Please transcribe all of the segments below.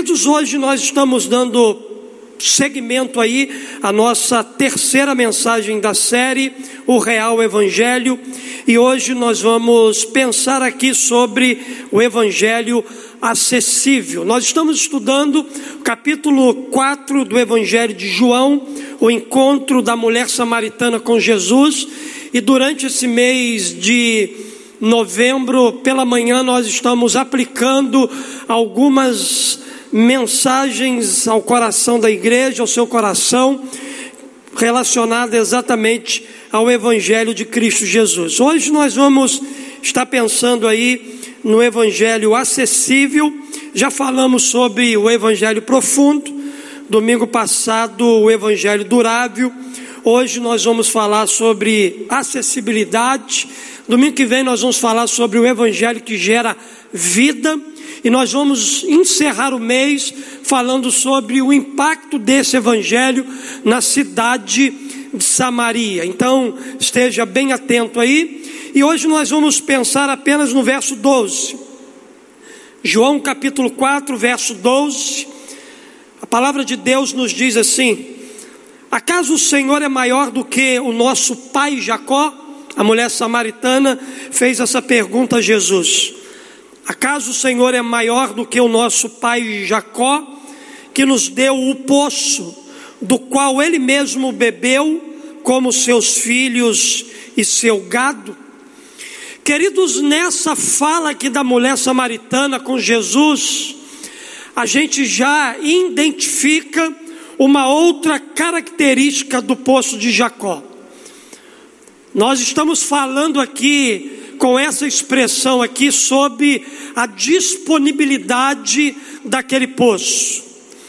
Queridos, hoje nós estamos dando seguimento aí à nossa terceira mensagem da série, o Real Evangelho, e hoje nós vamos pensar aqui sobre o Evangelho acessível. Nós estamos estudando o capítulo 4 do Evangelho de João, o encontro da mulher samaritana com Jesus, e durante esse mês de novembro, pela manhã, nós estamos aplicando algumas mensagens ao coração da igreja, ao seu coração, relacionada exatamente ao Evangelho de Cristo Jesus. Hoje nós vamos estar pensando aí no Evangelho acessível. Já falamos sobre o Evangelho profundo, domingo passado o Evangelho durável. Hoje nós vamos falar sobre acessibilidade. Domingo que vem nós vamos falar sobre o Evangelho que gera vida. E nós vamos encerrar o mês falando sobre o impacto desse Evangelho na cidade de Samaria. Então esteja bem atento aí. E hoje nós vamos pensar apenas no verso 12. João capítulo 4, verso 12. A palavra de Deus nos diz assim: acaso o Senhor é maior do que o nosso pai Jacó? A mulher samaritana fez essa pergunta a Jesus. Acaso o Senhor é maior do que o nosso pai Jacó, que nos deu o poço, do qual ele mesmo bebeu, como seus filhos e seu gado? Queridos, nessa fala aqui da mulher samaritana com Jesus, a gente já identifica uma outra característica do poço de Jacó. Nós estamos falando aqui, com essa expressão aqui, sobre a disponibilidade daquele poço.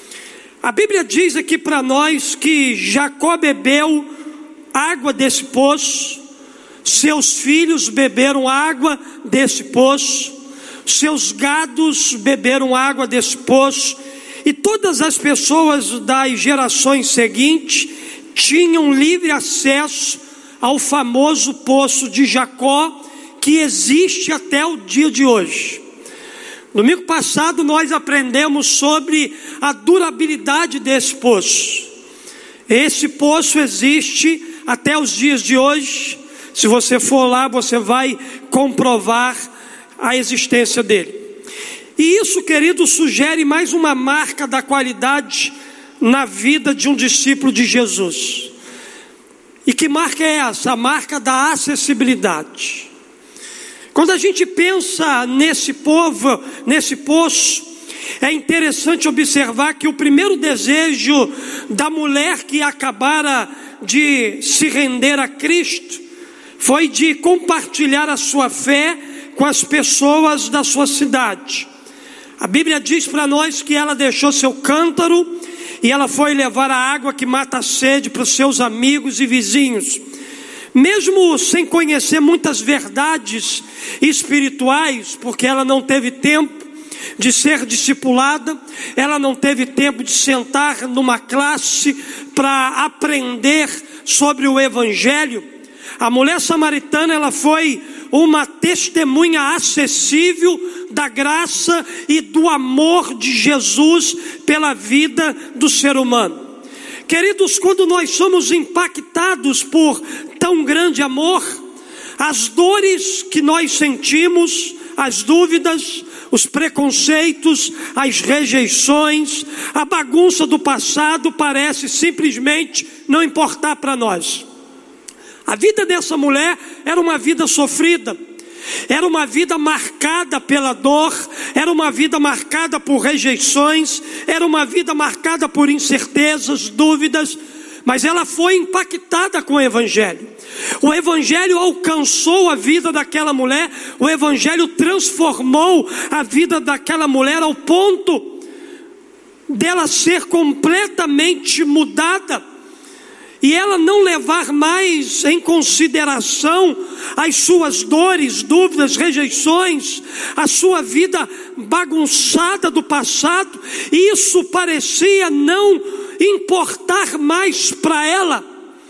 A Bíblia diz aqui para nós que Jacó bebeu água desse poço, seus filhos beberam água desse poço, seus gados beberam água desse poço, e todas as pessoas das gerações seguintes tinham livre acesso ao famoso poço de Jacó, que existe até o dia de hoje. Domingo passado nós aprendemos sobre a durabilidade desse poço. Esse poço existe até os dias de hoje. Se você for lá, você vai comprovar a existência dele. E isso, querido, sugere mais uma marca da qualidade na vida de um discípulo de Jesus. E que marca é essa? A marca da acessibilidade. Quando a gente pensa nesse povo, nesse poço, é interessante observar que o primeiro desejo da mulher que acabara de se render a Cristo foi de compartilhar a sua fé com as pessoas da sua cidade. A Bíblia diz para nós que ela deixou seu cântaro e ela foi levar a água que mata a sede para os seus amigos e vizinhos. Mesmo sem conhecer muitas verdades espirituais, porque ela não teve tempo de ser discipulada, ela não teve tempo de sentar numa classe para aprender sobre o Evangelho, a mulher samaritana, ela foi uma testemunha acessível da graça e do amor de Jesus pela vida do ser humano. Queridos, quando nós somos impactados por tão grande amor, as dores que nós sentimos, as dúvidas, os preconceitos, as rejeições, a bagunça do passado parece simplesmente não importar para nós. A vida dessa mulher era uma vida sofrida, era uma vida marcada pela dor, era uma vida marcada por rejeições, era uma vida marcada por incertezas, dúvidas, mas ela foi impactada com o Evangelho. O Evangelho alcançou a vida daquela mulher, o Evangelho transformou a vida daquela mulher ao ponto dela ser completamente mudada. E ela não levar mais em consideração as suas dores, dúvidas, rejeições, a sua vida bagunçada do passado. Isso parecia não importar mais para ela.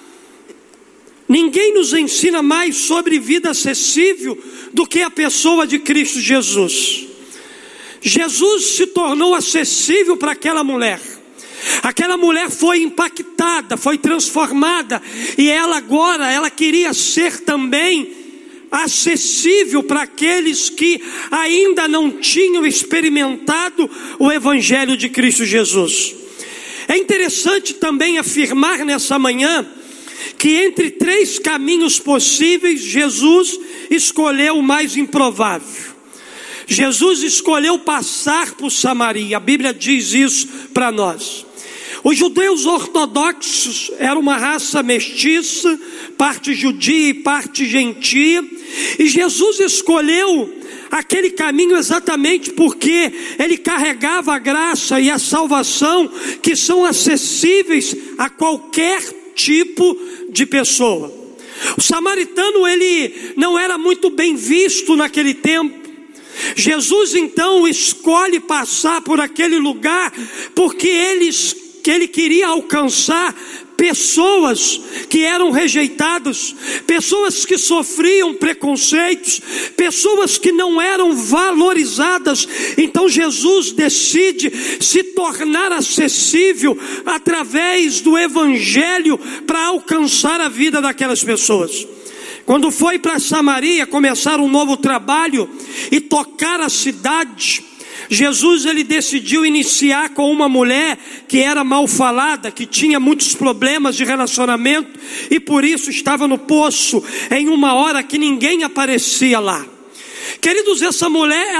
Ninguém nos ensina mais sobre vida acessível do que a pessoa de Cristo Jesus. Jesus se tornou acessível para aquela mulher. Aquela mulher foi impactada, foi transformada, e ela agora, ela queria ser também acessível para aqueles que ainda não tinham experimentado o Evangelho de Cristo Jesus. É interessante também afirmar nessa manhã que entre 3 caminhos possíveis, Jesus escolheu o mais improvável. Jesus escolheu passar por Samaria. A Bíblia diz isso para nós. Os judeus ortodoxos eram uma raça mestiça, parte judia e parte gentia, e Jesus escolheu aquele caminho exatamente porque ele carregava a graça e a salvação que são acessíveis a qualquer tipo de pessoa. O samaritano, ele não era muito bem visto naquele tempo. Jesus então escolhe passar por aquele lugar porque ele queria alcançar pessoas que eram rejeitadas, pessoas que sofriam preconceitos, pessoas que não eram valorizadas. Então Jesus decide se tornar acessível através do Evangelho para alcançar a vida daquelas pessoas. Quando foi para Samaria começar um novo trabalho e tocar a cidade, Jesus ele decidiu iniciar com uma mulher que era mal falada, que tinha muitos problemas de relacionamento e por isso estava no poço em uma hora que ninguém aparecia lá. Queridos, essa mulher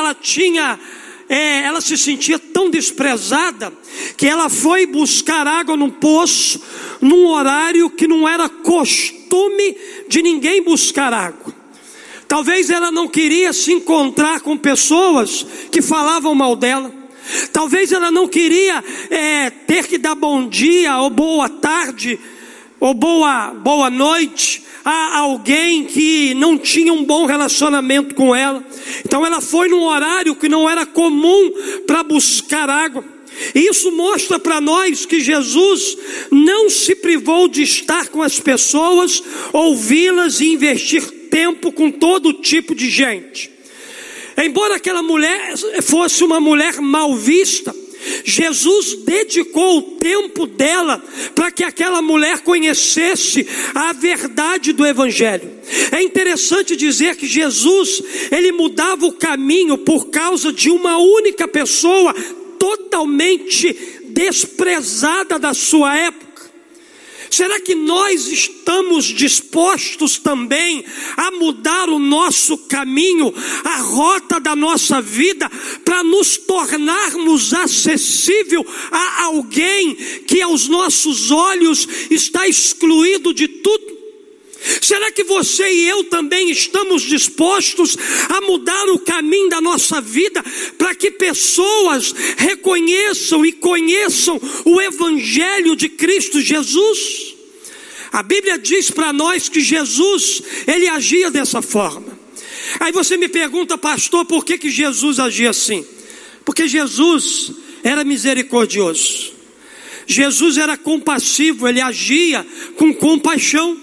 ela se sentia tão desprezada que ela foi buscar água no poço num horário que não era costume de ninguém buscar água. Talvez ela não queria se encontrar com pessoas que falavam mal dela. Talvez ela não queria ter que dar bom dia ou boa tarde ou boa noite a alguém que não tinha um bom relacionamento com ela. Então ela foi num horário que não era comum para buscar água. E isso mostra para nós que Jesus não se privou de estar com as pessoas, ouvi-las e investir tempo com todo tipo de gente. Embora aquela mulher fosse uma mulher mal vista, Jesus dedicou o tempo dela para que aquela mulher conhecesse a verdade do Evangelho. É interessante dizer que Jesus, ele mudava o caminho por causa de uma única pessoa totalmente desprezada da sua época. Será que nós estamos dispostos também a mudar o nosso caminho, a rota da nossa vida, para nos tornarmos acessível a alguém que aos nossos olhos está excluído de tudo? Será que você e eu também estamos dispostos a mudar o caminho da nossa vida para que pessoas reconheçam e conheçam o Evangelho de Cristo Jesus? A Bíblia diz para nós que Jesus, ele agia dessa forma. Aí você me pergunta, pastor, por que Jesus agia assim? Porque Jesus era misericordioso. Jesus era compassivo, ele agia com compaixão.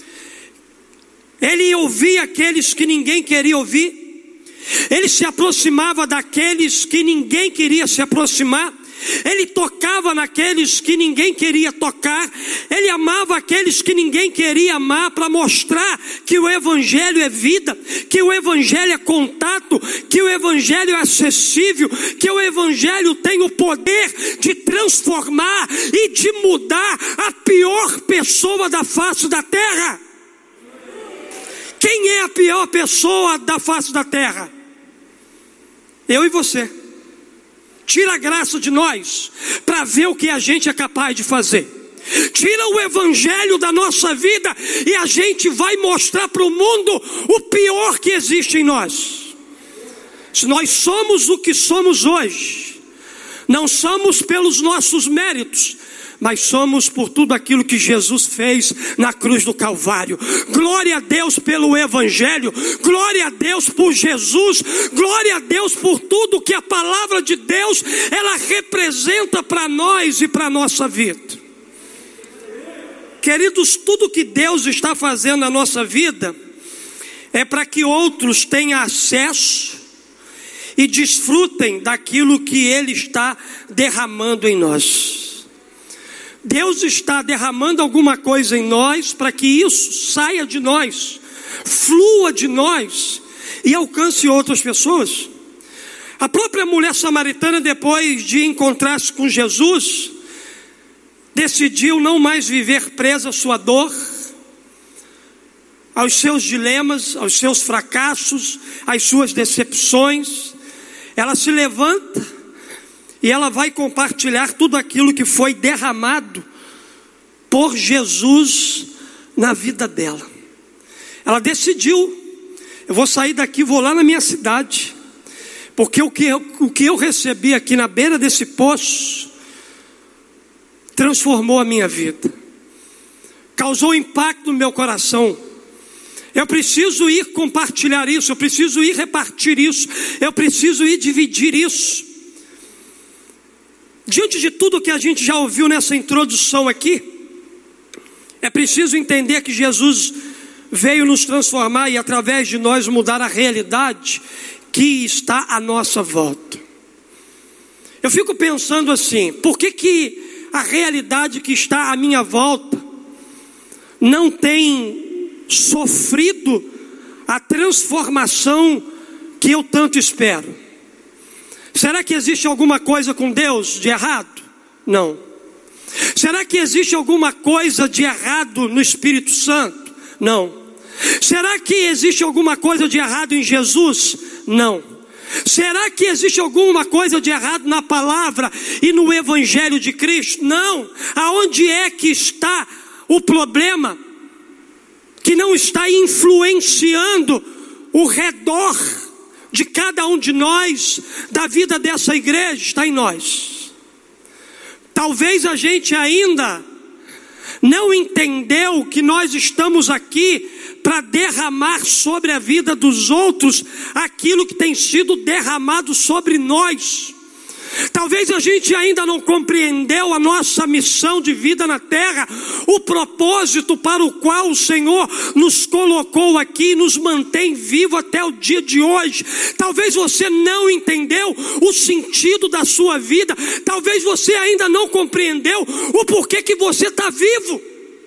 Ele ouvia aqueles que ninguém queria ouvir. Ele se aproximava daqueles que ninguém queria se aproximar. Ele tocava naqueles que ninguém queria tocar. Ele amava aqueles que ninguém queria amar, para mostrar que o Evangelho é vida, que o Evangelho é contato, que o Evangelho é acessível, que o Evangelho tem o poder de transformar e de mudar a pior pessoa da face da terra. Quem é a pior pessoa da face da terra? Eu e você. Tira a graça de nós para ver o que a gente é capaz de fazer. Tira o Evangelho da nossa vida e a gente vai mostrar para o mundo o pior que existe em nós. Se nós somos o que somos hoje, não somos pelos nossos méritos, mas somos por tudo aquilo que Jesus fez na cruz do Calvário. Glória a Deus pelo Evangelho, glória a Deus por Jesus, glória a Deus por tudo que a palavra de Deus, ela representa para nós e para a nossa vida. Queridos, tudo que Deus está fazendo na nossa vida é para que outros tenham acesso e desfrutem daquilo que Ele está derramando em nós. Deus está derramando alguma coisa em nós para que isso saia de nós, flua de nós e alcance outras pessoas. A própria mulher samaritana, depois de encontrar-se com Jesus, decidiu não mais viver presa à sua dor, aos seus dilemas, aos seus fracassos, às suas decepções. Ela se levanta e ela vai compartilhar tudo aquilo que foi derramado por Jesus na vida dela. Ela decidiu: eu vou sair daqui, vou lá na minha cidade, porque o que eu recebi aqui na beira desse poço transformou a minha vida, causou impacto no meu coração. Eu preciso ir compartilhar isso, eu preciso ir repartir isso, eu preciso ir dividir isso. Diante de tudo que a gente já ouviu nessa introdução aqui, é preciso entender que Jesus veio nos transformar e através de nós mudar a realidade que está à nossa volta. Eu fico pensando assim: por que a realidade que está à minha volta não tem sofrido a transformação que eu tanto espero? Será que existe alguma coisa com Deus de errado? Não. Será que existe alguma coisa de errado no Espírito Santo? Não. Será que existe alguma coisa de errado em Jesus? Não. Será que existe alguma coisa de errado na palavra e no Evangelho de Cristo? Não. Aonde é que está o problema que não está influenciando o redor de cada um de nós, da vida dessa igreja? Está em nós. Talvez a gente ainda não entendeu que nós estamos aqui para derramar sobre a vida dos outros aquilo que tem sido derramado sobre nós. Talvez a gente ainda não compreendeu a nossa missão de vida na terra, o propósito para o qual o Senhor nos colocou aqui, nos mantém vivo até o dia de hoje. Talvez você não entendeu o sentido da sua vida, talvez você ainda não compreendeu o porquê que você está vivo.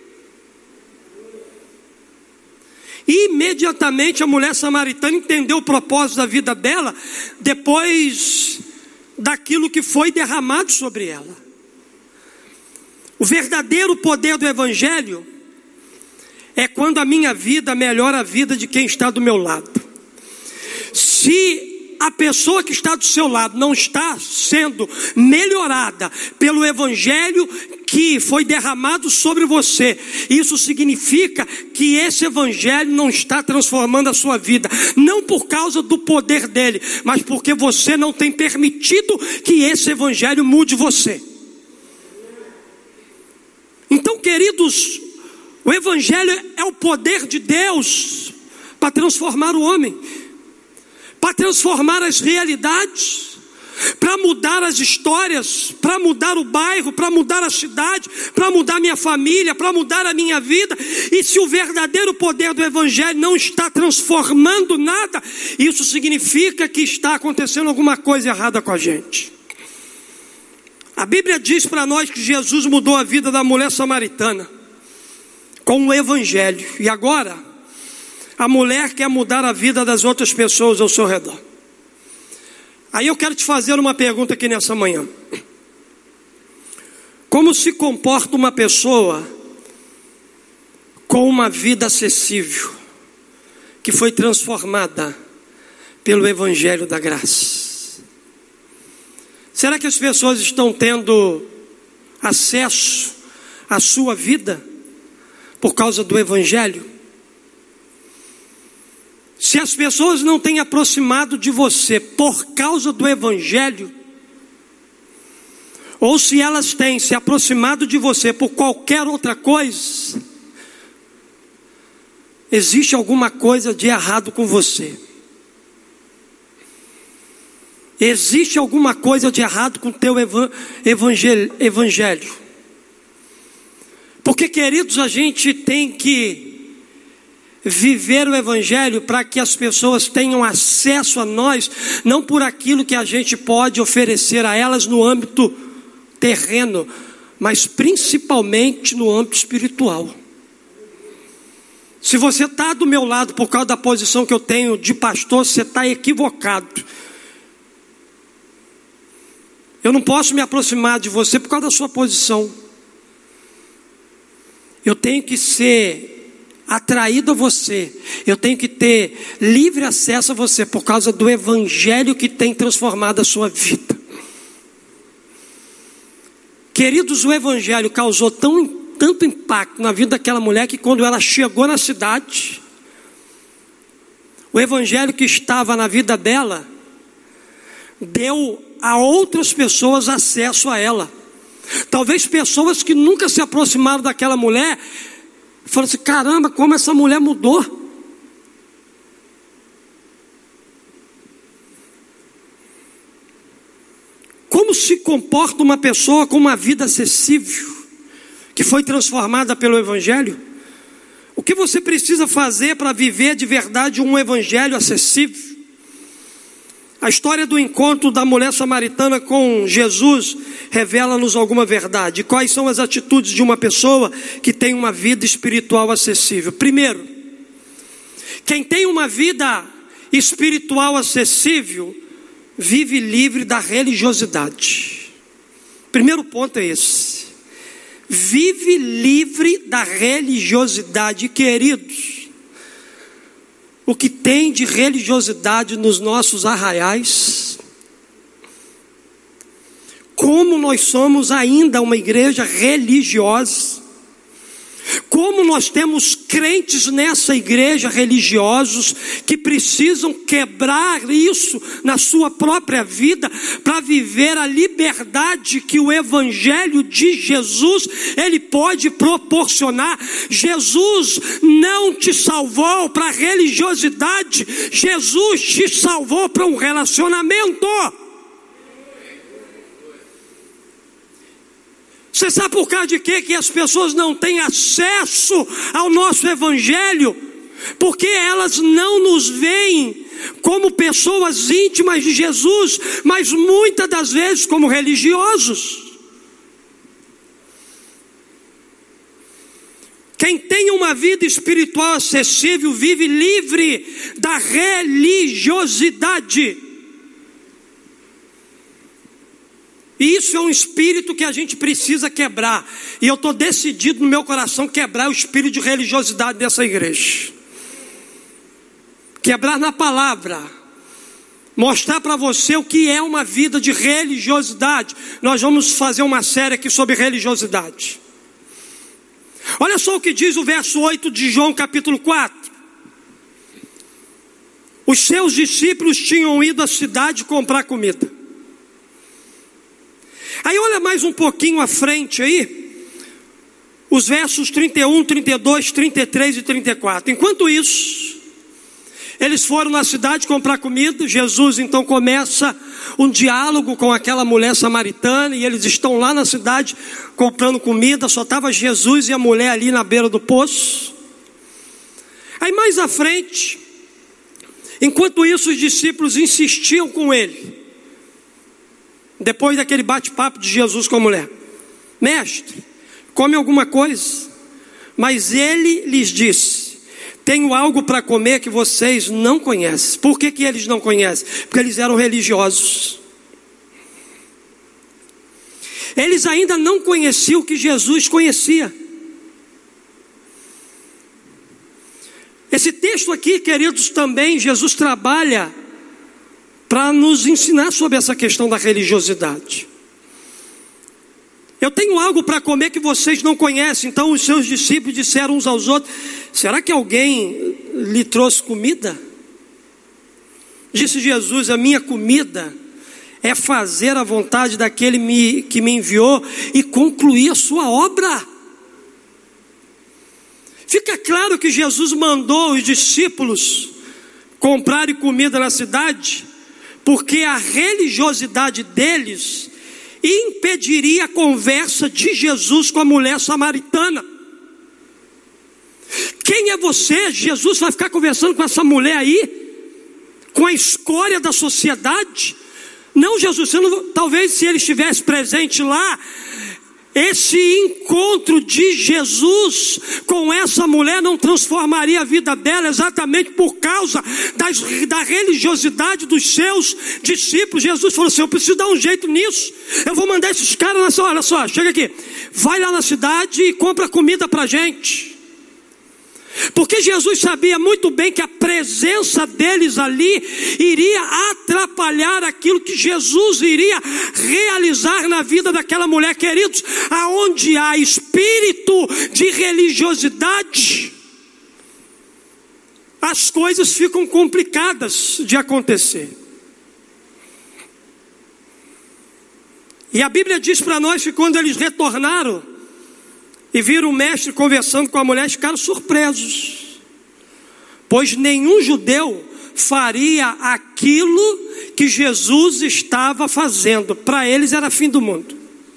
Imediatamente a mulher samaritana entendeu o propósito da vida dela, depois daquilo que foi derramado sobre ela. O verdadeiro poder do Evangelho é quando a minha vida melhora a vida de quem está do meu lado. Se a pessoa que está do seu lado não está sendo melhorada pelo Evangelho que foi derramado sobre você, isso significa que esse Evangelho não está transformando a sua vida, não por causa do poder dele, mas porque você não tem permitido que esse Evangelho mude você. Então, queridos, o Evangelho é o poder de Deus para transformar o homem, para transformar as realidades, para mudar as histórias, para mudar o bairro, para mudar a cidade, para mudar minha família, para mudar a minha vida. E se o verdadeiro poder do Evangelho não está transformando nada, isso significa que está acontecendo alguma coisa errada com a gente. A Bíblia diz para nós que Jesus mudou a vida da mulher samaritana com o Evangelho, e agora a mulher quer mudar a vida das outras pessoas ao seu redor. Aí eu quero te fazer uma pergunta aqui nessa manhã: como se comporta uma pessoa com uma vida acessível, que foi transformada pelo Evangelho da graça? Será que as pessoas estão tendo acesso à sua vida por causa do Evangelho? Se as pessoas não têm aproximado de você por causa do Evangelho, ou se elas têm se aproximado de você por qualquer outra coisa, existe alguma coisa de errado com você. Existe alguma coisa de errado com o teu evangelho. Porque, queridos, a gente tem que viver o evangelho para que as pessoas tenham acesso a nós, não por aquilo que a gente pode oferecer a elas no âmbito terreno, mas principalmente no âmbito espiritual. Se você está do meu lado por causa da posição que eu tenho de pastor, você está equivocado. Eu não posso me aproximar de você por causa da sua posição. Eu tenho que ser atraído a você. Eu tenho que ter livre acesso a você por causa do evangelho que tem transformado a sua vida. Queridos, o evangelho causou tanto impacto na vida daquela mulher que quando ela chegou na cidade, o evangelho que estava na vida dela deu a outras pessoas acesso a ela. Talvez pessoas que nunca se aproximaram daquela mulher falaram assim: caramba, como essa mulher mudou. Como se comporta uma pessoa com uma vida acessível, que foi transformada pelo evangelho? O que você precisa fazer para viver de verdade um evangelho acessível? A história do encontro da mulher samaritana com Jesus revela-nos alguma verdade. Quais são as atitudes de uma pessoa que tem uma vida espiritual acessível? Primeiro, quem tem uma vida espiritual acessível vive livre da religiosidade. Primeiro ponto é esse. Vive livre da religiosidade. Queridos, o que tem de religiosidade nos nossos arraiais? Como nós somos ainda uma igreja religiosa? Como nós temos crentes nessa igreja religiosos que precisam quebrar isso na sua própria vida para viver a liberdade que o evangelho de Jesus ele pode proporcionar. Jesus não te salvou para a religiosidade, Jesus te salvou para um relacionamento. Você sabe por causa de quê? Que as pessoas não têm acesso ao nosso evangelho? Porque elas não nos veem como pessoas íntimas de Jesus, mas muitas das vezes como religiosos. Quem tem uma vida espiritual acessível vive livre da religiosidade. E isso é um espírito que a gente precisa quebrar. E eu estou decidido no meu coração quebrar o espírito de religiosidade dessa igreja. Quebrar na palavra. Mostrar para você o que é uma vida de religiosidade. Nós vamos fazer uma série aqui sobre religiosidade. Olha só o que diz o verso 8 de João capítulo 4. Os seus discípulos tinham ido à cidade comprar comida. Aí olha mais um pouquinho à frente aí, os versos 31, 32, 33 e 34. Enquanto isso, eles foram na cidade comprar comida. Jesus então começa um diálogo com aquela mulher samaritana, e eles estão lá na cidade comprando comida. Só estava Jesus e a mulher ali na beira do poço. Aí mais à frente, enquanto isso os discípulos insistiam com ele, depois daquele bate-papo de Jesus com a mulher: mestre, come alguma coisa. Mas ele lhes disse: tenho algo para comer que vocês não conhecem. Por que eles não conhecem? Porque eles eram religiosos. Eles ainda não conheciam o que Jesus conhecia. Esse texto aqui, queridos, também Jesus trabalha para nos ensinar sobre essa questão da religiosidade. Eu tenho algo para comer que vocês não conhecem. Então os seus discípulos disseram uns aos outros: será que alguém lhe trouxe comida? Disse Jesus: a minha comida é fazer a vontade daquele que me enviou e concluir a sua obra. Fica claro que Jesus mandou os discípulos comprarem comida na cidade, porque a religiosidade deles impediria a conversa de Jesus com a mulher samaritana. Quem é você? Jesus vai ficar conversando com essa mulher aí, com a escória da sociedade? Não, Jesus, você não, talvez se ele estivesse presente lá, esse encontro de Jesus com essa mulher não transformaria a vida dela, exatamente por causa da religiosidade dos seus discípulos. Jesus falou assim: eu preciso dar um jeito nisso, eu vou mandar esses caras, olha só, chega aqui, vai lá na cidade e compra comida pra gente. Porque Jesus sabia muito bem que a presença deles ali iria atrapalhar aquilo que Jesus iria realizar na vida daquela mulher. Queridos, aonde há espírito de religiosidade, as coisas ficam complicadas de acontecer. E a Bíblia diz para nós que quando eles retornaram e viram o mestre conversando com a mulher, ficaram surpresos, pois nenhum judeu faria aquilo que Jesus estava fazendo. Para eles era fim do mundo.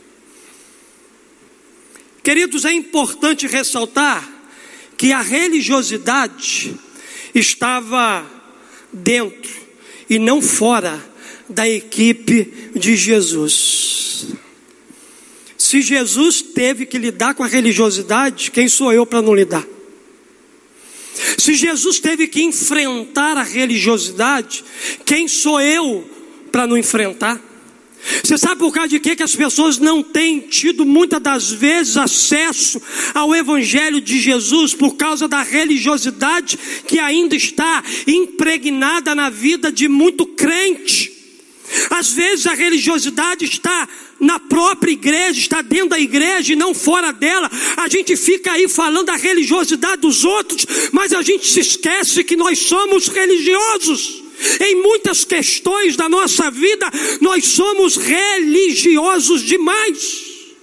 Queridos, é importante ressaltar que a religiosidade estava dentro e não fora da equipe de Jesus. Se Jesus teve que lidar com a religiosidade, quem sou eu para não lidar? Se Jesus teve que enfrentar a religiosidade, quem sou eu para não enfrentar? Você sabe por causa de quê que as pessoas não têm tido muitas das vezes acesso ao Evangelho de Jesus? Por causa da religiosidade que ainda está impregnada na vida de muito crente. Às vezes a religiosidade está na própria igreja, está dentro da igreja e não fora dela. A gente fica aí falando da religiosidade dos outros, mas a gente se esquece que nós somos religiosos. Em muitas questões da nossa vida, nós somos religiosos demais.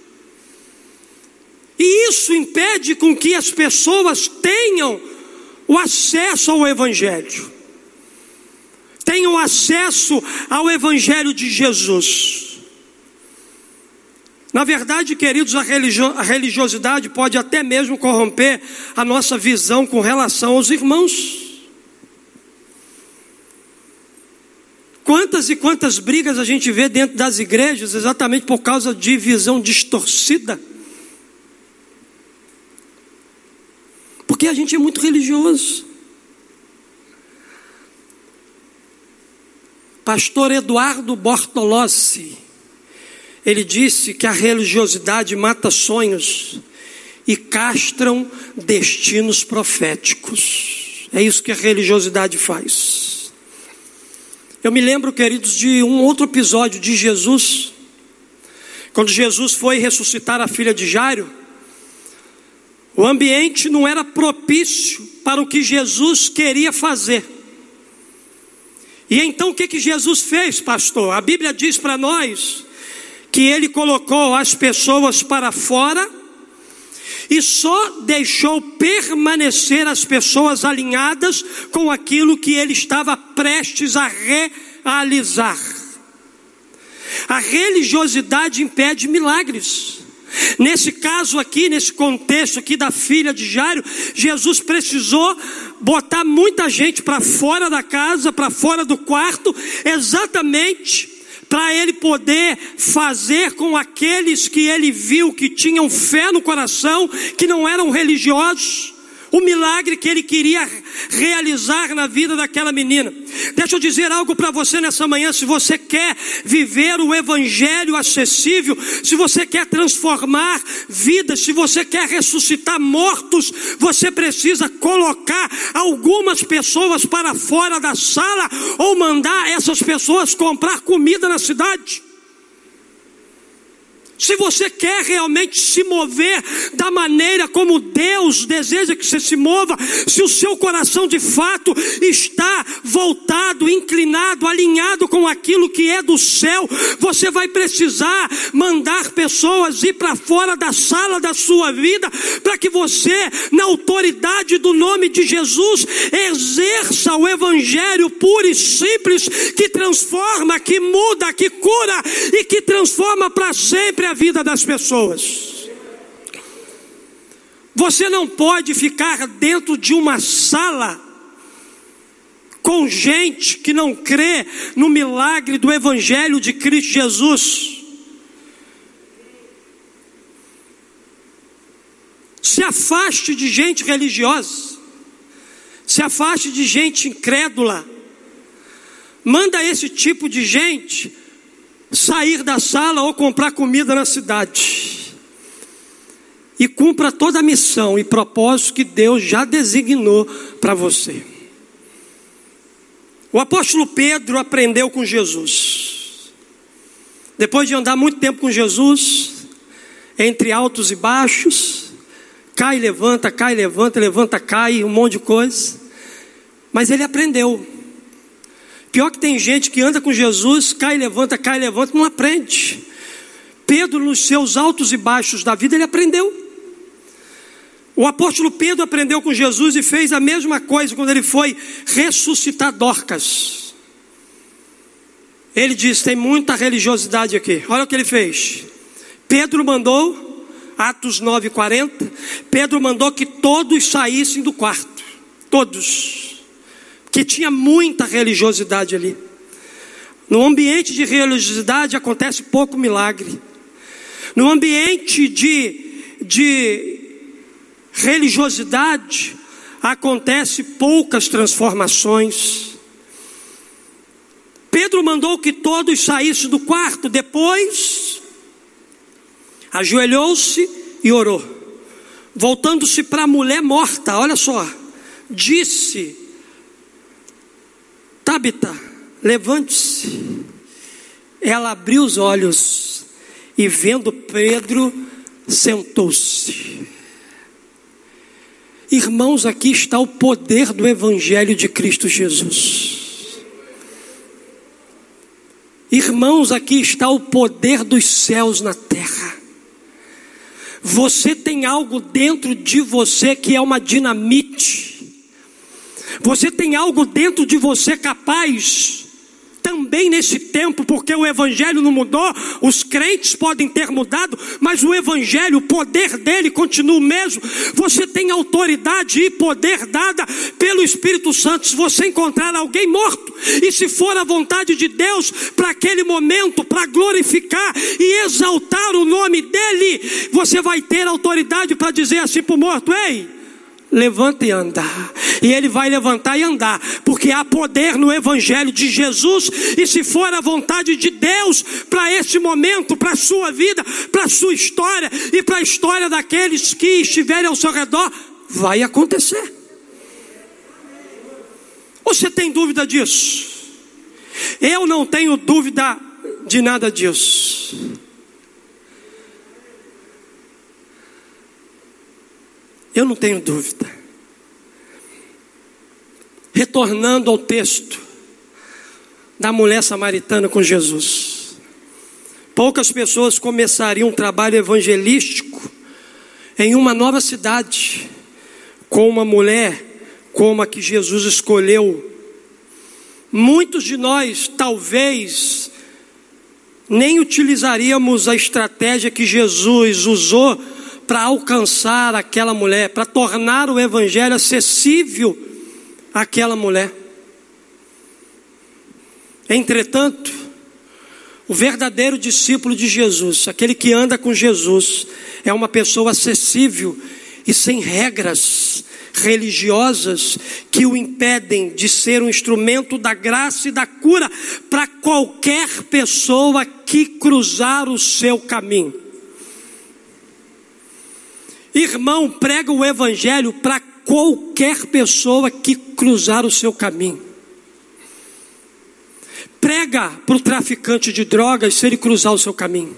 E isso impede com que as pessoas tenham o acesso ao Evangelho. Tenham acesso ao Evangelho de Jesus. Na verdade, queridos, a religiosidade pode até mesmo corromper a nossa visão com relação aos irmãos. Quantas e quantas brigas a gente vê dentro das igrejas exatamente por causa de visão distorcida? Porque a gente é muito religioso. Pastor Eduardo Bortolossi, ele disse que a religiosidade mata sonhos e castram destinos proféticos. É isso que a religiosidade faz. Eu me lembro, queridos, de um outro episódio de Jesus, quando Jesus foi ressuscitar a filha de Jairo. O ambiente não era propício para o que Jesus queria fazer. E então o que Jesus fez, pastor? A Bíblia diz para nós que ele colocou as pessoas para fora e só deixou permanecer as pessoas alinhadas com aquilo que ele estava prestes a realizar. A religiosidade impede milagres. Nesse caso aqui, nesse contexto aqui da filha de Jairo, Jesus precisou botar muita gente para fora da casa, para fora do quarto, exatamente para ele poder fazer com aqueles que ele viu que tinham fé no coração, que não eram religiosos, o milagre que ele queria realizar na vida daquela menina. Deixa eu dizer algo para você nessa manhã. Se você quer viver o Evangelho acessível, se você quer transformar vidas, se você quer ressuscitar mortos, você precisa colocar algumas pessoas para fora da sala ou mandar essas pessoas comprar comida na cidade. Se você quer realmente se mover da maneira como Deus deseja que você se mova, se o seu coração de fato está voltado, inclinado, alinhado com aquilo que é do céu, você vai precisar mandar pessoas ir para fora da sala da sua vida, para que você, na autoridade do nome de Jesus, exerça o Evangelho puro e simples, que transforma, que muda, que cura e que transforma para sempre a vida das pessoas. Você não pode ficar dentro de uma sala com gente que não crê no milagre do Evangelho de Cristo Jesus. Se afaste de gente religiosa. Se afaste de gente incrédula. Manda esse tipo de gente sair da sala ou comprar comida na cidade. E cumpra toda a missão e propósito que Deus já designou para você. O apóstolo Pedro aprendeu com Jesus. Depois de andar muito tempo com Jesus, entre altos e baixos, cai, levanta, levanta, cai, um monte de coisa. Mas ele aprendeu. Pior que tem gente que anda com Jesus, cai, levanta, não aprende. Pedro, nos seus altos e baixos da vida, ele aprendeu. O apóstolo Pedro aprendeu com Jesus e fez a mesma coisa quando ele foi ressuscitar Dorcas. Ele disse: tem muita religiosidade aqui. Olha o que ele fez. Pedro mandou, Atos 9:40, Pedro mandou que todos saíssem do quarto. Todos. Que tinha muita religiosidade ali. No ambiente de religiosidade acontece pouco milagre. No ambiente de religiosidade acontece poucas transformações. Pedro mandou que todos saíssem do quarto. Depois ajoelhou-se e orou. Voltando-se para a mulher morta, olha só, disse: Tabita, levante-se. Ela abriu os olhos e, vendo Pedro, sentou-se. Irmãos, aqui está o poder do Evangelho de Cristo Jesus. Irmãos, aqui está o poder dos céus na terra. Você tem algo dentro de você que é uma dinamite. Você tem algo dentro de você capaz, também nesse tempo, porque o Evangelho não mudou, os crentes podem ter mudado, mas o Evangelho, o poder dele continua o mesmo. Você tem autoridade e poder dada pelo Espírito Santo. Se você encontrar alguém morto, e se for a vontade de Deus, para aquele momento, para glorificar e exaltar o nome dele, você vai ter autoridade para dizer assim para o morto: ei, levanta e anda. E ele vai levantar e andar, porque há poder no Evangelho de Jesus. E se for a vontade de Deus para este momento, para a sua vida, para a sua história e para a história daqueles que estiverem ao seu redor, vai acontecer. Você tem dúvida disso? Eu não tenho dúvida de nada disso. Eu não tenho dúvida. Retornando ao texto da mulher samaritana com Jesus. Poucas pessoas começariam um trabalho evangelístico em uma nova cidade com uma mulher como a que Jesus escolheu. Muitos de nós talvez nem utilizaríamos a estratégia que Jesus usou para alcançar aquela mulher, para tornar o Evangelho acessível àquela mulher. Entretanto, o verdadeiro discípulo de Jesus, aquele que anda com Jesus, é uma pessoa acessível e sem regras religiosas que o impedem de ser um instrumento da graça e da cura para qualquer pessoa que cruzar o seu caminho. Irmão, prega o Evangelho para qualquer pessoa que cruzar o seu caminho. Prega para o traficante de drogas se ele cruzar o seu caminho.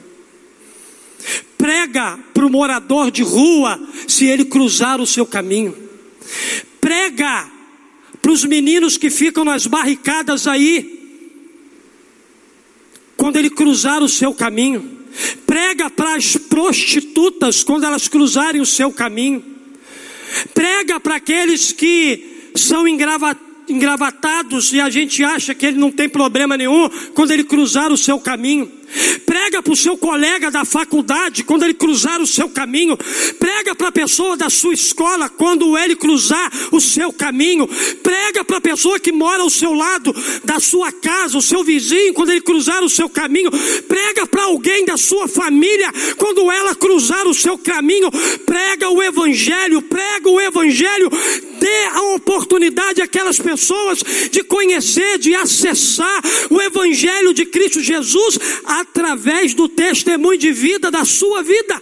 Prega para o morador de rua se ele cruzar o seu caminho. Prega para os meninos que ficam nas barricadas aí, quando ele cruzar o seu caminho. Prega para as prostitutas quando elas cruzarem o seu caminho. Prega para aqueles que são engravatados e a gente acha que ele não tem problema nenhum quando ele cruzar o seu caminho. Prega para o seu colega da faculdade quando ele cruzar o seu caminho. Prega para a pessoa da sua escola quando ele cruzar o seu caminho. Prega para a pessoa que mora ao seu lado da sua casa, o seu vizinho, quando ele cruzar o seu caminho. Prega para alguém da sua família quando ela cruzar o seu caminho. Prega o evangelho, prega o evangelho. Dê a oportunidade àquelas pessoas de conhecer, de acessar o evangelho de Cristo Jesus através do testemunho de vida da sua vida.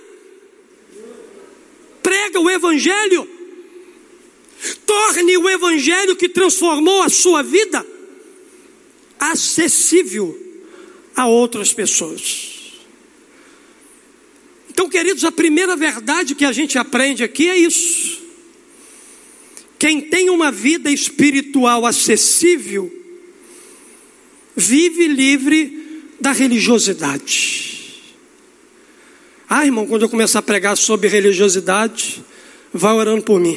Prega o evangelho. Torne o evangelho que transformou a sua vida acessível a outras pessoas. Então, queridos, a primeira verdade que a gente aprende aqui é isso. Quem tem uma vida espiritual acessível vive livre da religiosidade. Irmão, quando eu começar a pregar sobre religiosidade, vai orando por mim.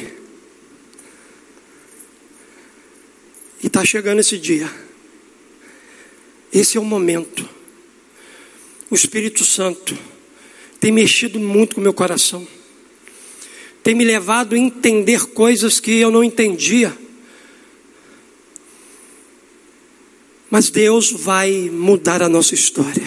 E está chegando esse dia. Esse é o momento. O Espírito Santo tem mexido muito com o meu coração. Tem me levado a entender coisas que eu não entendia. Mas Deus vai mudar a nossa história.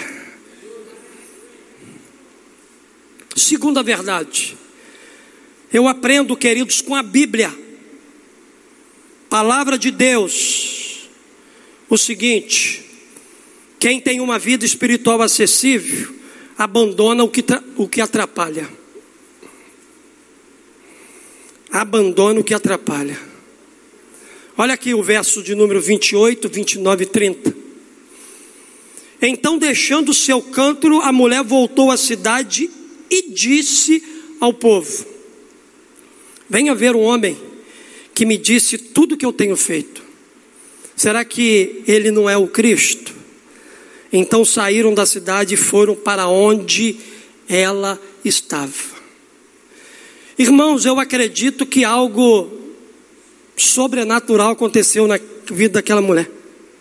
Segunda verdade. Eu aprendo, queridos, com a Bíblia, palavra de Deus, o seguinte: quem tem uma vida espiritual acessível, abandona o que atrapalha. Abandona o que atrapalha. Olha aqui o verso de número 28, 29 e 30. Então, deixando o seu cântaro, a mulher voltou à cidade e disse ao povo: venha ver um homem que me disse tudo que eu tenho feito. Será que ele não é o Cristo? Então saíram da cidade e foram para onde ela estava. Irmãos, eu acredito que algo sobrenatural aconteceu na vida daquela mulher.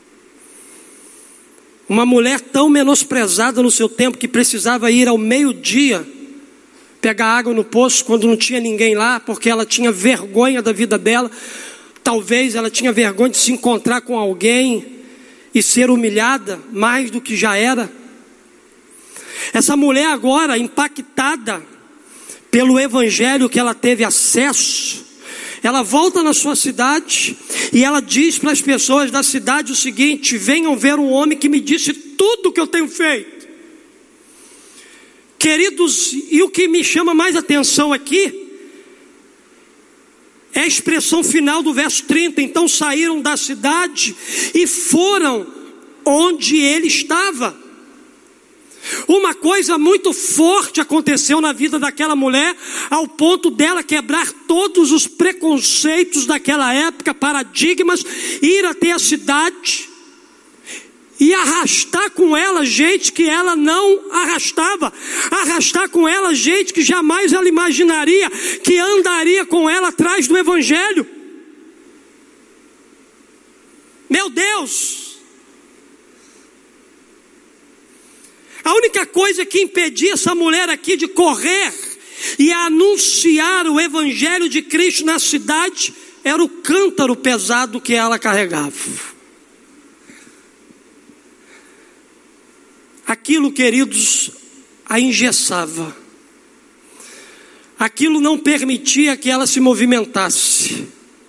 Uma mulher tão menosprezada no seu tempo que precisava ir ao meio-dia pegar água no poço quando não tinha ninguém lá, porque ela tinha vergonha da vida dela. Talvez ela tinha vergonha de se encontrar com alguém e ser humilhada mais do que já era. Essa mulher agora, impactada pelo evangelho que ela teve acesso, ela volta na sua cidade e ela diz para as pessoas da cidade o seguinte: venham ver um homem que me disse tudo o que eu tenho feito. Queridos, e o que me chama mais atenção aqui é a expressão final do verso 30. Então saíram da cidade e foram onde ele estava. Uma coisa muito forte aconteceu na vida daquela mulher, ao ponto dela quebrar todos os preconceitos daquela época, paradigmas, ir até a cidade e arrastar com ela gente que ela não arrastava, arrastar com ela gente que jamais ela imaginaria que andaria com ela atrás do evangelho. Meu Deus! A única coisa que impedia essa mulher aqui de correr e anunciar o evangelho de Cristo na cidade era o cântaro pesado que ela carregava. Aquilo, queridos, a engessava. Aquilo não permitia que ela se movimentasse.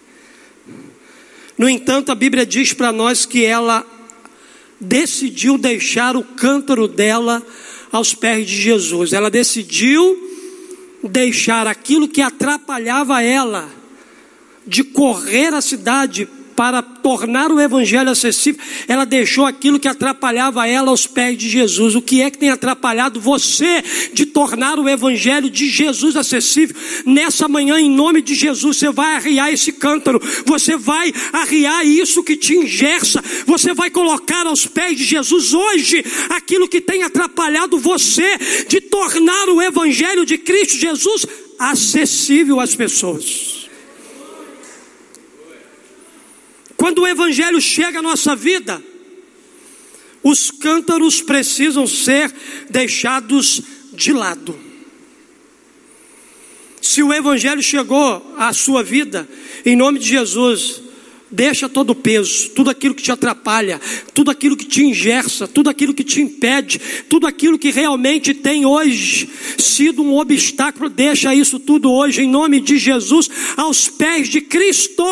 No entanto, a Bíblia diz para nós que ela decidiu deixar o cântaro dela aos pés de Jesus. Ela decidiu deixar aquilo que atrapalhava ela de correr a cidade para tornar o evangelho acessível. Ela deixou aquilo que atrapalhava ela aos pés de Jesus. O que é que tem atrapalhado você de tornar o evangelho de Jesus acessível? Nessa manhã, em nome de Jesus, você vai arriar esse cântaro, você vai arriar isso que te engessa, você vai colocar aos pés de Jesus hoje aquilo que tem atrapalhado você de tornar o evangelho de Cristo Jesus acessível às pessoas. Quando o evangelho chega à nossa vida, os cântaros precisam ser deixados de lado. Se o evangelho chegou à sua vida, em nome de Jesus, deixa todo o peso, tudo aquilo que te atrapalha, tudo aquilo que te engerça, tudo aquilo que te impede, tudo aquilo que realmente tem hoje sido um obstáculo, deixa isso tudo hoje, em nome de Jesus, aos pés de Cristo.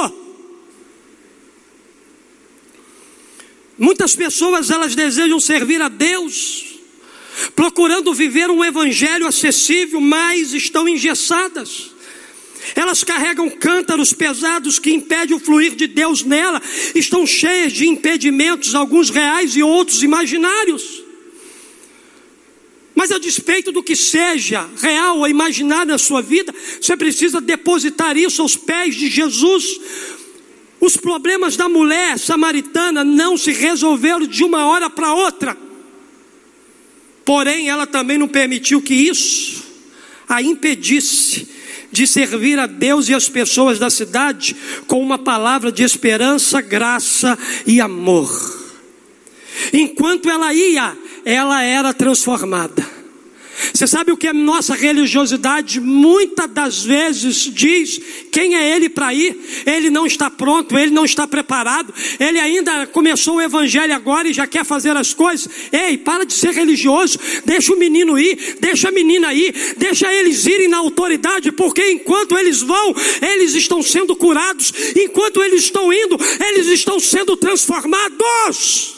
Muitas pessoas, elas desejam servir a Deus, procurando viver um evangelho acessível, mas estão engessadas. Elas carregam cântaros pesados que impedem o fluir de Deus nela, estão cheias de impedimentos, alguns reais e outros imaginários. Mas a despeito do que seja real ou imaginário na sua vida, você precisa depositar isso aos pés de Jesus. Os problemas da mulher samaritana não se resolveram de uma hora para outra. Porém, ela também não permitiu que isso a impedisse de servir a Deus e as pessoas da cidade com uma palavra de esperança, graça e amor. Enquanto ela ia, ela era transformada. Você sabe o que a nossa religiosidade muitas das vezes diz? Quem é ele para ir? Ele não está pronto, ele não está preparado, ele ainda começou o evangelho agora e já quer fazer as coisas. Ei, para de ser religioso, deixa o menino ir, deixa a menina ir, deixa eles irem na autoridade, porque enquanto eles vão, eles estão sendo curados, enquanto eles estão indo, eles estão sendo transformados.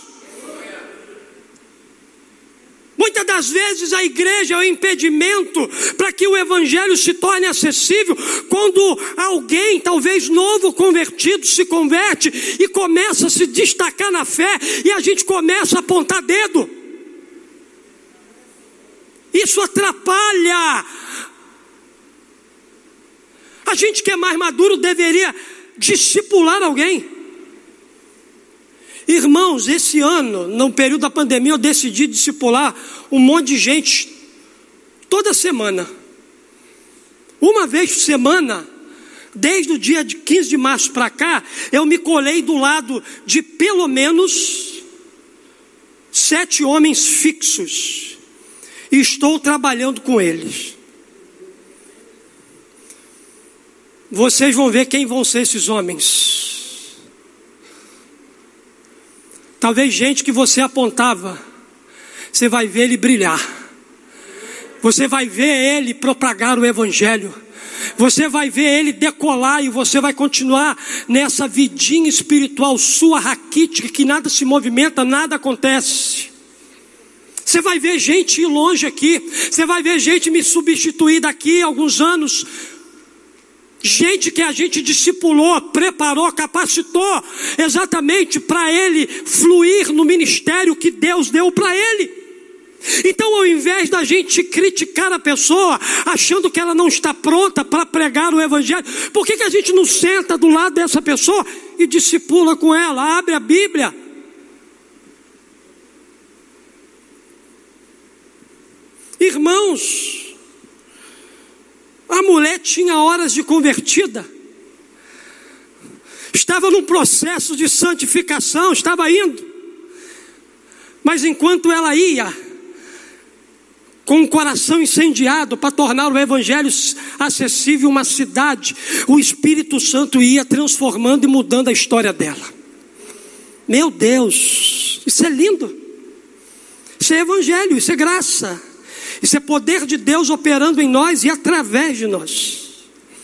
Muitas das vezes a igreja é o impedimento para que o evangelho se torne acessível. Quando alguém, talvez novo convertido, se converte e começa a se destacar na fé, e a gente começa a apontar dedo. Isso atrapalha. A gente que é mais maduro deveria discipular alguém. Irmãos, esse ano, no período da pandemia, eu decidi discipular um monte de gente, toda semana. Uma vez por semana, desde o dia de 15 de março para cá, eu me colei do lado de pelo menos 7 homens fixos. E estou trabalhando com eles. Vocês vão ver quem vão ser esses homens. Talvez gente que você apontava, você vai ver ele brilhar. Você vai ver ele propagar o evangelho. Você vai ver ele decolar e você vai continuar nessa vidinha espiritual sua raquítica, que nada se movimenta, nada acontece. Você vai ver gente ir longe aqui. Você vai ver gente me substituir daqui a alguns anos. Gente que a gente discipulou, preparou, capacitou, exatamente para ele fluir no ministério que Deus deu para ele. Então, ao invés da gente criticar a pessoa, achando que ela não está pronta para pregar o evangelho, por que a gente não senta do lado dessa pessoa e discipula com ela, abre a Bíblia? Irmãos, a mulher tinha horas de convertida, estava num processo de santificação, estava indo, mas enquanto ela ia, com o coração incendiado para tornar o evangelho acessível a uma cidade, o Espírito Santo ia transformando e mudando a história dela. Meu Deus, isso é lindo, isso é evangelho, isso é graça. Isso é poder de Deus operando em nós e através de nós.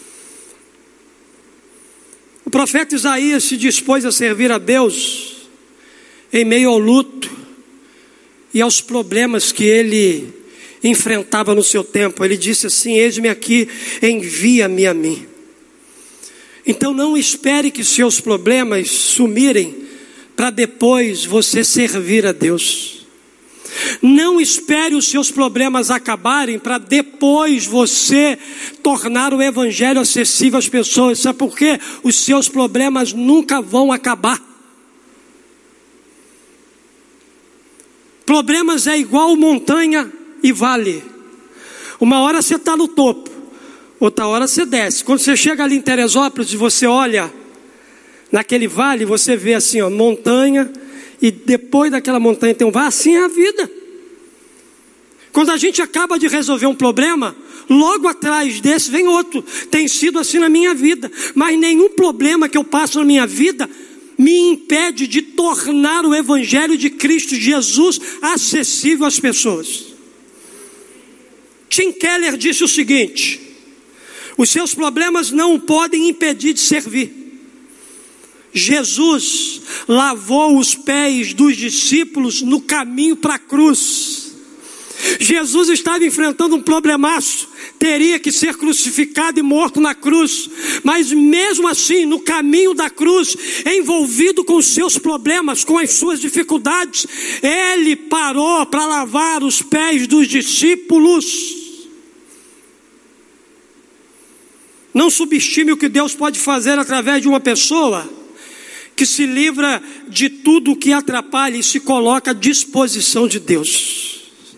O profeta Isaías se dispôs a servir a Deus em meio ao luto e aos problemas que ele enfrentava no seu tempo. Ele disse assim: eis-me aqui, envia-me a mim. Então não espere que seus problemas sumirem para depois você servir a Deus. Não espere os seus problemas acabarem para depois você tornar o evangelho acessível às pessoas. Sabe por quê? Os seus problemas nunca vão acabar. Problemas é igual montanha e vale. Uma hora você está no topo, outra hora você desce. Quando você chega ali em Teresópolis e você olha Naquele vale você vê assim, ó, montanha, e depois daquela montanha tem um vale. Assim é a vida. Quando a gente acaba de resolver um problema, logo atrás desse vem outro. Tem sido assim na minha vida. Mas nenhum problema que eu passo na minha vida me impede de tornar o Evangelho de Cristo Jesus acessível às pessoas. Tim Keller disse o seguinte: os seus problemas não o podem impedir de servir. Jesus lavou os pés dos discípulos no caminho para a cruz. Jesus estava enfrentando um problemaço, teria que ser crucificado e morto na cruz, mas mesmo assim, no caminho da cruz, envolvido com os seus problemas, com as suas dificuldades, ele parou para lavar os pés dos discípulos. Não subestime o que Deus pode fazer através de uma pessoa que se livra de tudo o que atrapalha e se coloca à disposição de Deus.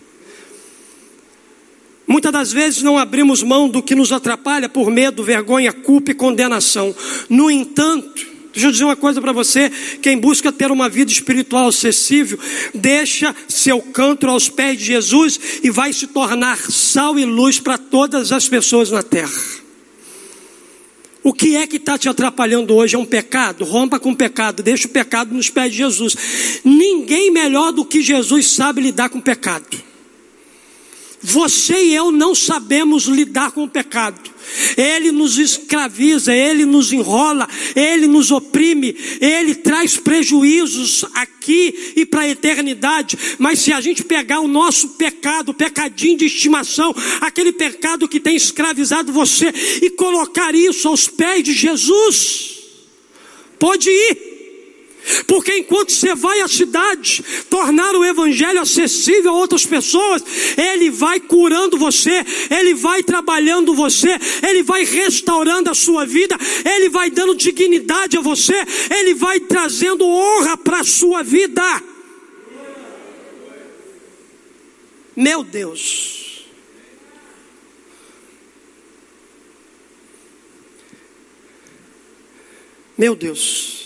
Muitas das vezes não abrimos mão do que nos atrapalha por medo, vergonha, culpa e condenação. No entanto, deixa eu dizer uma coisa para você: quem busca ter uma vida espiritual acessível, deixa seu canto aos pés de Jesus e vai se tornar sal e luz para todas as pessoas na terra. O que é que está te atrapalhando hoje? É um pecado? Rompa com o pecado, deixa o pecado nos pés de Jesus. Ninguém melhor do que Jesus sabe lidar com o pecado. Você e eu não sabemos lidar com o pecado. Ele nos escraviza, ele nos enrola, ele nos oprime, ele traz prejuízos aqui e para a eternidade. Mas se a gente pegar o nosso pecado, o pecadinho de estimação, aquele pecado que tem escravizado você, e colocar isso aos pés de Jesus, pode ir. Porque enquanto você vai à cidade tornar o Evangelho acessível a outras pessoas, Ele vai curando você, Ele vai trabalhando você, Ele vai restaurando a sua vida, Ele vai dando dignidade a você, Ele vai trazendo honra para a sua vida. Meu Deus. Meu Deus.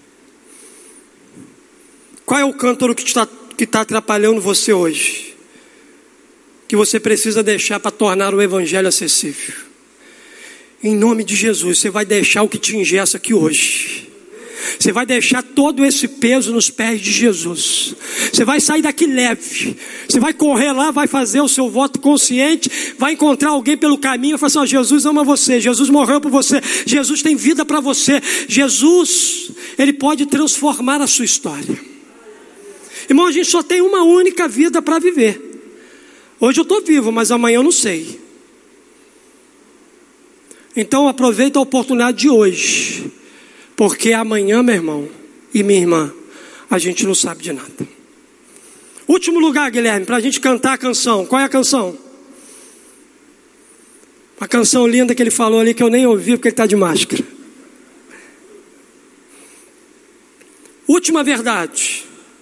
Qual é o cântaro que está atrapalhando você hoje? Que você precisa deixar para tornar o Evangelho acessível. Em nome de Jesus, você vai deixar o que te engessa aqui hoje. Você vai deixar todo esse peso nos pés de Jesus. Você vai sair daqui leve. Você vai correr lá, vai fazer o seu voto consciente, vai encontrar alguém pelo caminho e falar assim: ó, Jesus ama você, Jesus morreu por você, Jesus tem vida para você. Jesus, Ele pode transformar a sua história. Irmão, a gente só tem uma única vida para viver. Hoje eu estou vivo, mas amanhã eu não sei. Então aproveita a oportunidade de hoje, porque amanhã, meu irmão e minha irmã, a gente não sabe de nada. Último lugar, Guilherme, para a gente cantar a canção. Qual é a canção? Uma canção linda que ele falou ali, que eu nem ouvi porque ele está de máscara. Última verdade: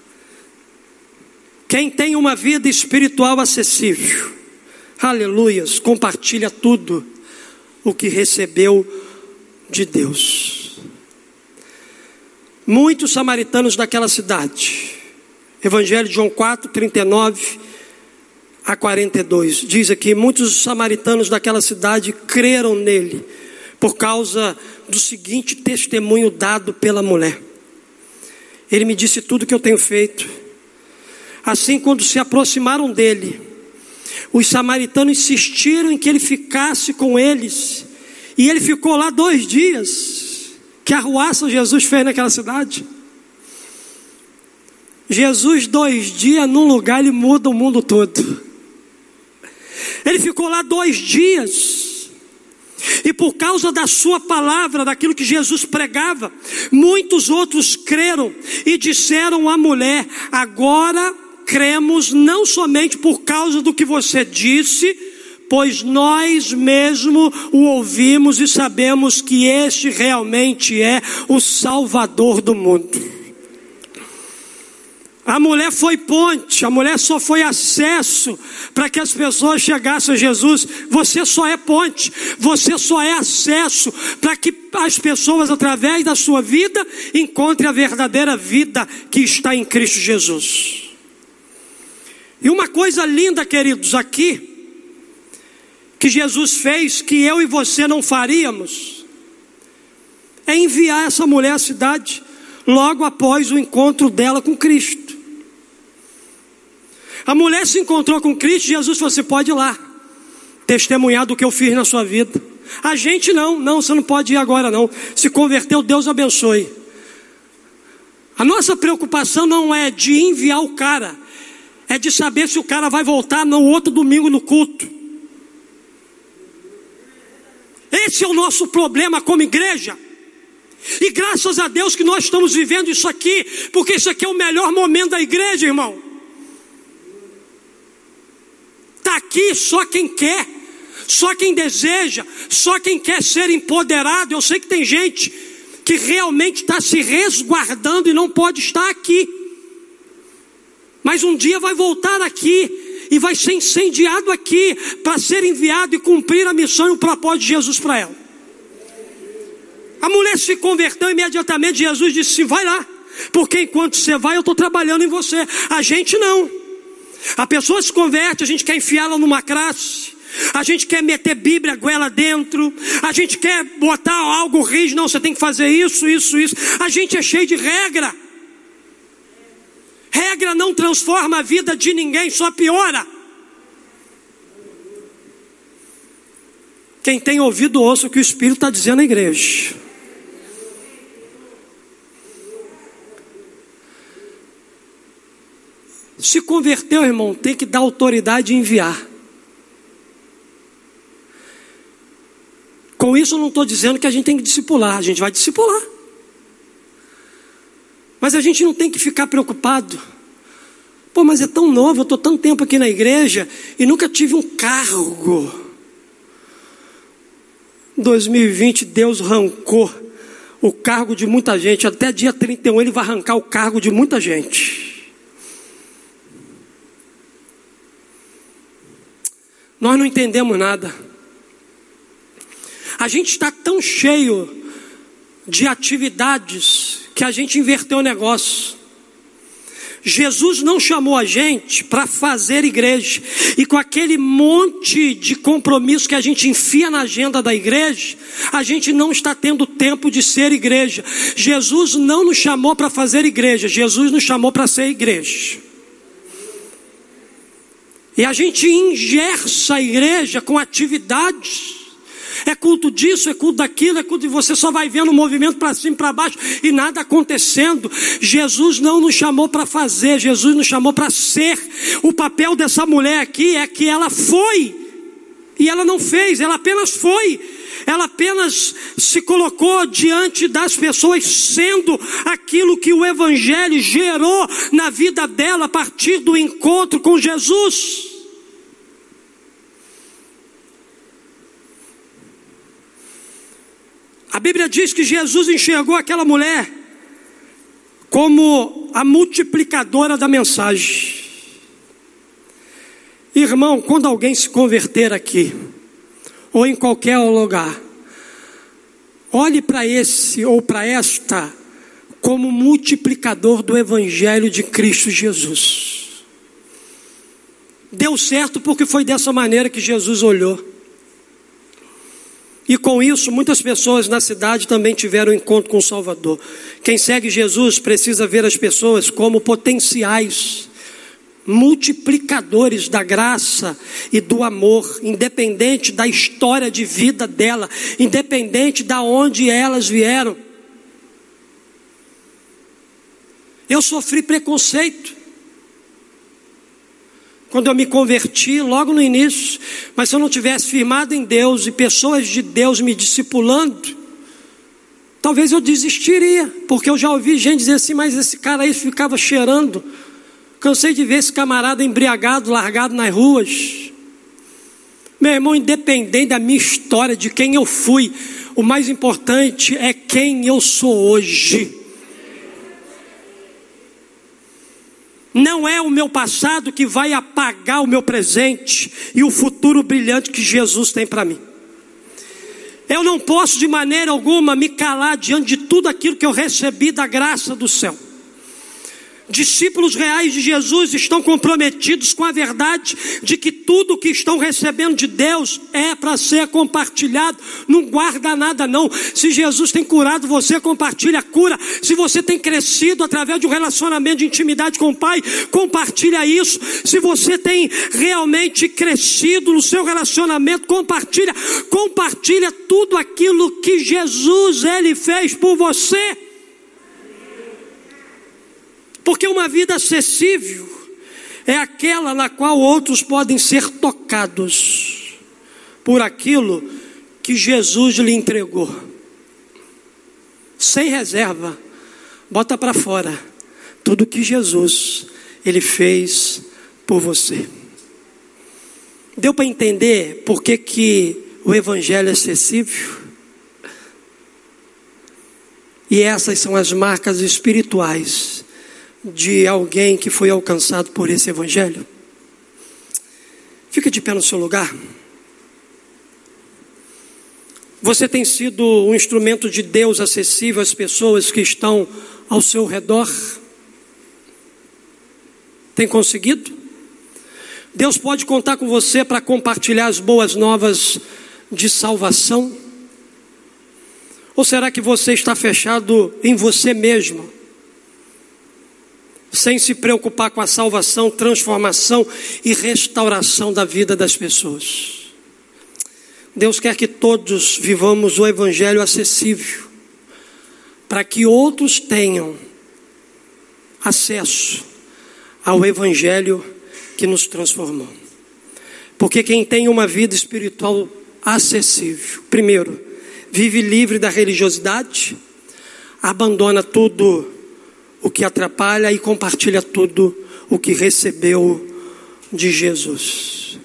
quem tem uma vida espiritual acessível, aleluias, compartilha tudo o que recebeu de Deus. Muitos samaritanos daquela cidade, Evangelho de João 4, 39 a 42, diz aqui: muitos samaritanos daquela cidade creram nele, por causa do seguinte testemunho dado pela mulher: ele me disse tudo o que eu tenho feito. Assim, quando se aproximaram dele, os samaritanos insistiram em que ele ficasse com eles, e ele ficou lá 2 dias. Que arruaça Jesus fez naquela cidade. Jesus 2 dias num lugar, ele muda o mundo todo. Ele ficou lá 2 dias, e por causa da sua palavra, daquilo que Jesus pregava, muitos outros creram e disseram à mulher: agora cremos não somente por causa do que você disse, pois nós mesmo o ouvimos e sabemos que este realmente é o Salvador do mundo. A mulher foi ponte, a mulher só foi acesso para que as pessoas chegassem a Jesus. Você só é ponte, você só é acesso para que as pessoas, através da sua vida, encontrem a verdadeira vida que está em Cristo Jesus. E uma coisa linda, queridos, aqui, que Jesus fez, que eu e você não faríamos, é enviar essa mulher à cidade, logo após o encontro dela com Cristo. A mulher se encontrou com Cristo, Jesus falou: você pode ir lá, testemunhar do que eu fiz na sua vida. A gente não, você não pode ir agora não, se converteu, Deus abençoe. A nossa preocupação não é de enviar o cara, é de saber se o cara vai voltar no outro domingo no culto. Esse é o nosso problema como igreja. E graças a Deus que nós estamos vivendo isso aqui, porque isso aqui é o melhor momento da igreja, irmão. Está aqui só quem quer, só quem deseja, só quem quer ser empoderado. Eu sei que tem gente que realmente está se resguardando e não pode estar aqui, mas um dia vai voltar aqui e vai ser incendiado aqui para ser enviado e cumprir a missão e o propósito de Jesus para ela. A mulher se converteu imediatamente. Jesus disse assim: vai lá, porque enquanto você vai eu estou trabalhando em você. A gente não. A pessoa se converte, a gente quer enfiá-la numa classe, a gente quer meter Bíblia, goela dentro, a gente quer botar algo rígido. Não, você tem que fazer isso. A gente é cheio de regra. Regra não transforma a vida de ninguém, só piora. Quem tem ouvido, ouça o que o Espírito está dizendo à igreja. Se converteu, irmão, tem que dar autoridade e enviar. Com isso eu não estou dizendo que a gente tem que discipular, a gente vai discipular. Mas a gente não tem que ficar preocupado. Pô, mas é tão novo, eu estou tanto tempo aqui na igreja e nunca tive um cargo. Em 2020 Deus arrancou o cargo de muita gente. Até dia 31 Ele vai arrancar o cargo de muita gente. Nós não entendemos nada. A gente está tão cheio de atividades que a gente inverteu o negócio. Jesus não chamou a gente para fazer igreja. E com aquele monte de compromisso que a gente enfia na agenda da igreja, a gente não está tendo tempo de ser igreja. Jesus não nos chamou para fazer igreja, Jesus nos chamou para ser igreja. E a gente engerça a igreja com atividades. É culto disso, é culto daquilo, é culto de você só vai vendo o movimento para cima e para baixo e nada acontecendo. Jesus não nos chamou para fazer, Jesus nos chamou para ser. O papel dessa mulher aqui é que ela foi e ela não fez, ela apenas foi. Ela apenas se colocou diante das pessoas, sendo aquilo que o Evangelho gerou na vida dela a partir do encontro com Jesus. A Bíblia diz que Jesus enxergou aquela mulher como a multiplicadora da mensagem. Irmão, quando alguém se converter aqui, ou em qualquer lugar, olhe para esse ou para esta como multiplicador do Evangelho de Cristo Jesus. Deu certo porque foi dessa maneira que Jesus olhou. E com isso, muitas pessoas na cidade também tiveram encontro com o Salvador. Quem segue Jesus precisa ver as pessoas como potenciais multiplicadores da graça e do amor, independente da história de vida dela, independente de onde elas vieram. Eu sofri preconceito quando eu me converti, logo no início. Mas se eu não tivesse firmado em Deus e pessoas de Deus me discipulando, talvez eu desistiria, porque eu já ouvi gente dizer assim: mas esse cara aí ficava cheirando. Cansei de ver esse camarada embriagado, largado nas ruas. Meu irmão, independente da minha história, de quem eu fui, o mais importante é quem eu sou hoje. Não é o meu passado que vai apagar o meu presente e o futuro brilhante que Jesus tem para mim. Eu não posso de maneira alguma me calar diante de tudo aquilo que eu recebi da graça do céu. Discípulos reais de Jesus estão comprometidos com a verdade de que tudo que estão recebendo de Deus é para ser compartilhado. Não guarda nada não. Se Jesus tem curado você, compartilha a cura. Se você tem crescido através de um relacionamento de intimidade com o Pai, compartilha isso. Se você tem realmente crescido no seu relacionamento, compartilha tudo aquilo que Jesus ele fez por você. Porque uma vida acessível é aquela na qual outros podem ser tocados por aquilo que Jesus lhe entregou. Sem reserva, bota para fora tudo que Jesus ele fez por você. Deu para entender por que o evangelho é acessível? E essas são as marcas espirituais de alguém que foi alcançado por esse evangelho. Fica de pé no seu lugar. Você tem sido um instrumento de Deus acessível às pessoas que estão ao seu redor? Tem conseguido? Deus pode contar com você para compartilhar as boas novas de salvação? Ou será que você está fechado em você mesmo, sem se preocupar com a salvação, transformação e restauração da vida das pessoas? Deus quer que todos vivamos o evangelho acessível, para que outros tenham acesso ao evangelho que nos transformou. Porque quem tem uma vida espiritual acessível, primeiro, vive livre da religiosidade, abandona tudo o que atrapalha e compartilha tudo o que recebeu de Jesus.